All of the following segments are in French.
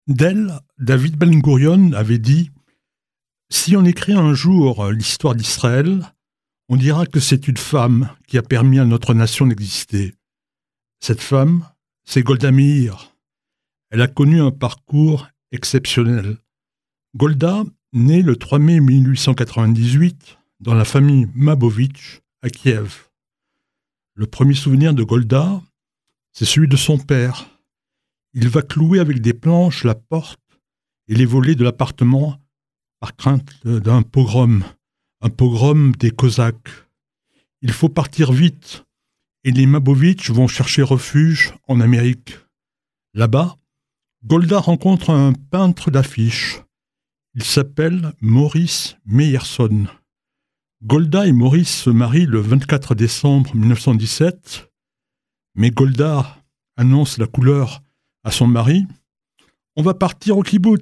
D'elle, David Ben-Gurion avait dit « Si on écrit un jour l'histoire d'Israël, on dira que c'est une femme qui a permis à notre nation d'exister. Cette femme, c'est Golda Meir. Elle a connu un parcours exceptionnel. Golda, née le 3 mai 1898 dans la famille Mabovitch à Kiev. Le premier souvenir de Golda, c'est celui de son père. Il va clouer avec des planches la porte et les volets de l'appartement par crainte d'un pogrom, un pogrom des Cosaques. Il faut partir vite et les Mabovitch vont chercher refuge en Amérique. Là-bas, Golda rencontre un peintre d'affiches. Il s'appelle Maurice Meyerson. Golda et Maurice se marient le 24 décembre 1917, mais Golda annonce la couleur à son mari. « On va partir au kibbutz !»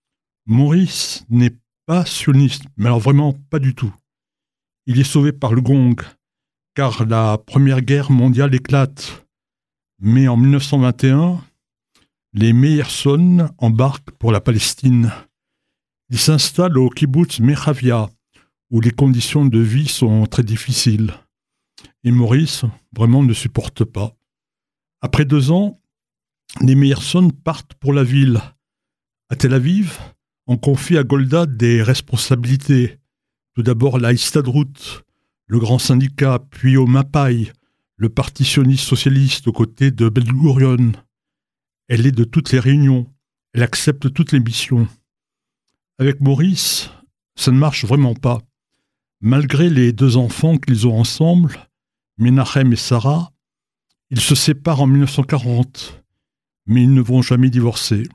Maurice n'est pas sioniste, mais alors vraiment pas du tout. Il est sauvé par le gong, car la Première Guerre mondiale éclate. Mais en 1921, les Meyerson embarquent pour la Palestine. Ils s'installent au kibbutz Merhavia, où les conditions de vie sont très difficiles. Et Maurice, vraiment, ne supporte pas. Après 2 ans, les Meyerson partent pour la ville. À Tel Aviv, on confie à Golda des responsabilités. Tout d'abord la Histadrut, le grand syndicat, puis au Mapai, le parti sioniste socialiste aux côtés de Ben-Gurion. Elle est de toutes les réunions, elle accepte toutes les missions. Avec Maurice, ça ne marche vraiment pas. Malgré les 2 enfants qu'ils ont ensemble, Menachem et Sarah, ils se séparent en 1940, mais ils ne vont jamais divorcer.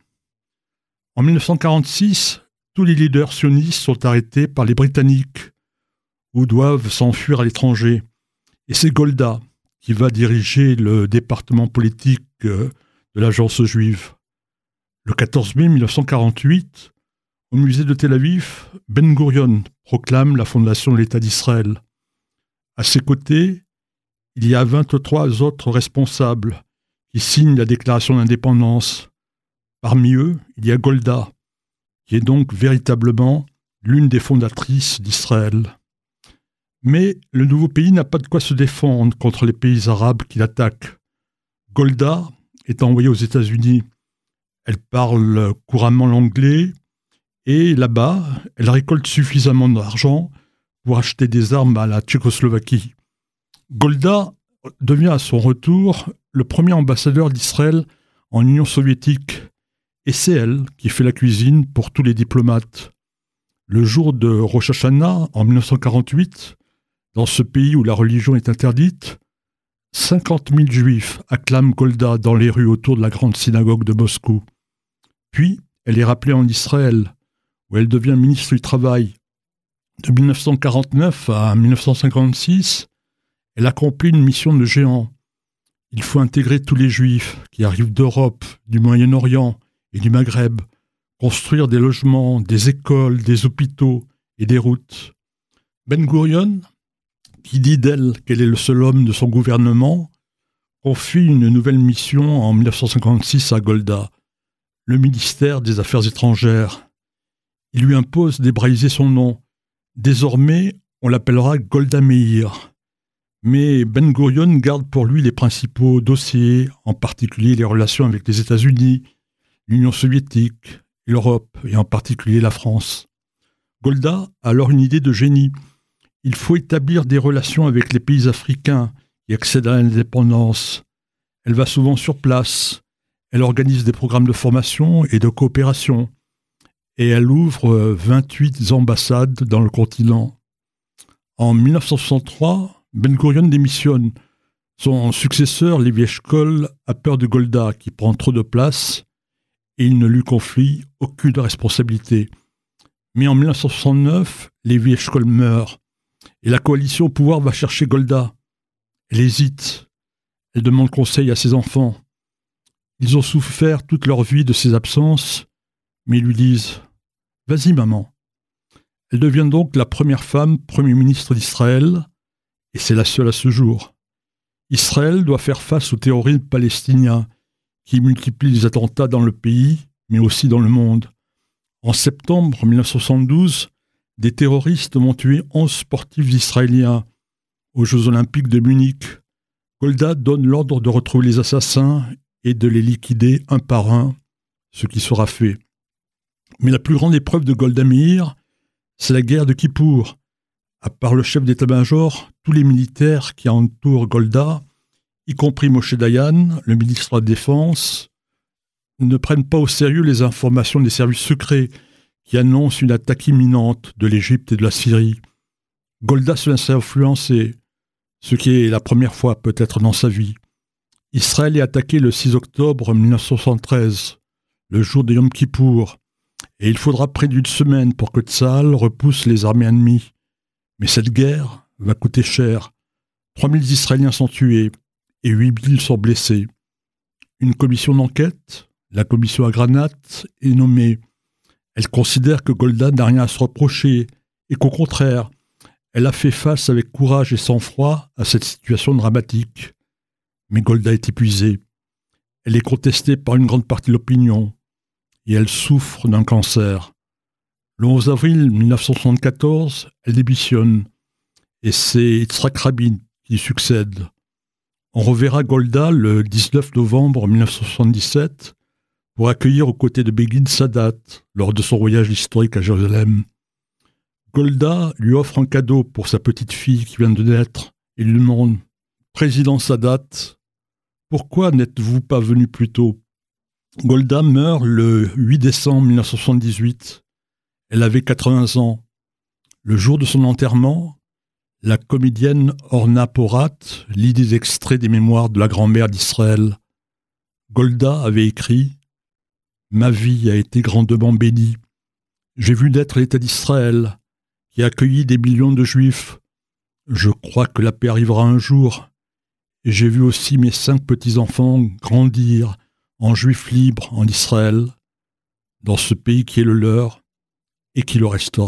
En 1946, tous les leaders sionistes sont arrêtés par les Britanniques ou doivent s'enfuir à l'étranger. Et c'est Golda qui va diriger le département politique de l'agence juive. Le 14 mai 1948, au musée de Tel Aviv, Ben-Gurion proclame la fondation de l'État d'Israël. À ses côtés, il y a 23 autres responsables qui signent la déclaration d'indépendance. Parmi eux, il y a Golda, qui est donc véritablement l'une des fondatrices d'Israël. Mais le nouveau pays n'a pas de quoi se défendre contre les pays arabes qui l'attaquent. Golda est envoyée aux États-Unis. Elle parle couramment l'anglais et là-bas, elle récolte suffisamment d'argent pour acheter des armes à la Tchécoslovaquie. Golda devient à son retour le premier ambassadeur d'Israël en Union soviétique. Et c'est elle qui fait la cuisine pour tous les diplomates. Le jour de Rosh Hashanah, en 1948, dans ce pays où la religion est interdite, 50 000 juifs acclament Golda dans les rues autour de la grande synagogue de Moscou. Puis, elle est rappelée en Israël, où elle devient ministre du Travail. De 1949 à 1956, elle accomplit une mission de géant. Il faut intégrer tous les juifs qui arrivent d'Europe, du Moyen-Orient et du Maghreb, construire des logements, des écoles, des hôpitaux et des routes. Ben-Gurion, qui dit d'elle qu'elle est le seul homme de son gouvernement, confie une nouvelle mission en 1956 à Golda, le ministère des Affaires étrangères. Il lui impose d'hébraïser son nom. Désormais, on l'appellera Golda Meir. Mais Ben-Gurion garde pour lui les principaux dossiers, en particulier les relations avec les États-Unis, l'Union soviétique, l'Europe et en particulier la France. Golda a alors une idée de génie. Il faut établir des relations avec les pays africains qui accèdent à l'indépendance. Elle va souvent sur place. Elle organise des programmes de formation et de coopération. Et elle ouvre 28 ambassades dans le continent. En 1963, Ben-Gurion démissionne. Son successeur, Lévi Eshkol, a peur de Golda qui prend trop de place et il ne lui confie aucune responsabilité. Mais en 1969, Lévi Eshkol meurt et la coalition au pouvoir va chercher Golda. Elle hésite. Elle demande conseil à ses enfants. Ils ont souffert toute leur vie de ses absences, mais ils lui disent « Vas-y, maman ». Elle devient donc la première femme Premier ministre d'Israël, et c'est la seule à ce jour. Israël doit faire face au terrorisme palestinien qui multiplie les attentats dans le pays mais aussi dans le monde. En septembre 1972, des terroristes ont tué 11 sportifs israéliens aux Jeux Olympiques de Munich. Golda donne l'ordre de retrouver les assassins et de les liquider un par un, ce qui sera fait. Mais la plus grande épreuve de Golda Meir, c'est la guerre de Kippour. À part le chef d'état-major, tous les militaires qui entourent Golda, y compris Moshe Dayan, le ministre de la Défense, ne prennent pas au sérieux les informations des services secrets qui annoncent une attaque imminente de l'Égypte et de la Syrie. Golda se laisse influencer, ce qui est la première fois peut-être dans sa vie. Israël est attaqué le 6 octobre 1973, le jour de Yom Kippour, et il faudra près d'une semaine pour que Tsahal repousse les armées ennemies. Mais cette guerre va coûter cher. 3000 Israéliens sont tués et 8000 sont blessés. Une commission d'enquête, la commission à Granat, est nommée. Elle considère que Golda n'a rien à se reprocher et qu'au contraire, elle a fait face avec courage et sang-froid à cette situation dramatique. Mais Golda est épuisée. Elle est contestée par une grande partie de l'opinion et elle souffre d'un cancer. Le 11 avril 1974, elle démissionne et c'est Yitzhak Rabin qui lui succède. On reverra Golda le 19 novembre 1977 pour accueillir aux côtés de Begin Sadat lors de son voyage historique à Jérusalem. Golda lui offre un cadeau pour sa petite fille qui vient de naître et lui demande « Président Sadat, pourquoi n'êtes-vous pas venu plus tôt ?» Golda meurt le 8 décembre 1978. Elle avait 80 ans. Le jour de son enterrement, la comédienne Orna Porat lit des extraits des mémoires de la grand-mère d'Israël. Golda avait écrit « Ma vie a été grandement bénie. J'ai vu naître l'État d'Israël, qui a accueilli des millions de Juifs. Je crois que la paix arrivera un jour. Et j'ai vu aussi mes 5 petits-enfants grandir en Juifs libres en Israël, dans ce pays qui est le leur et qui le restera. »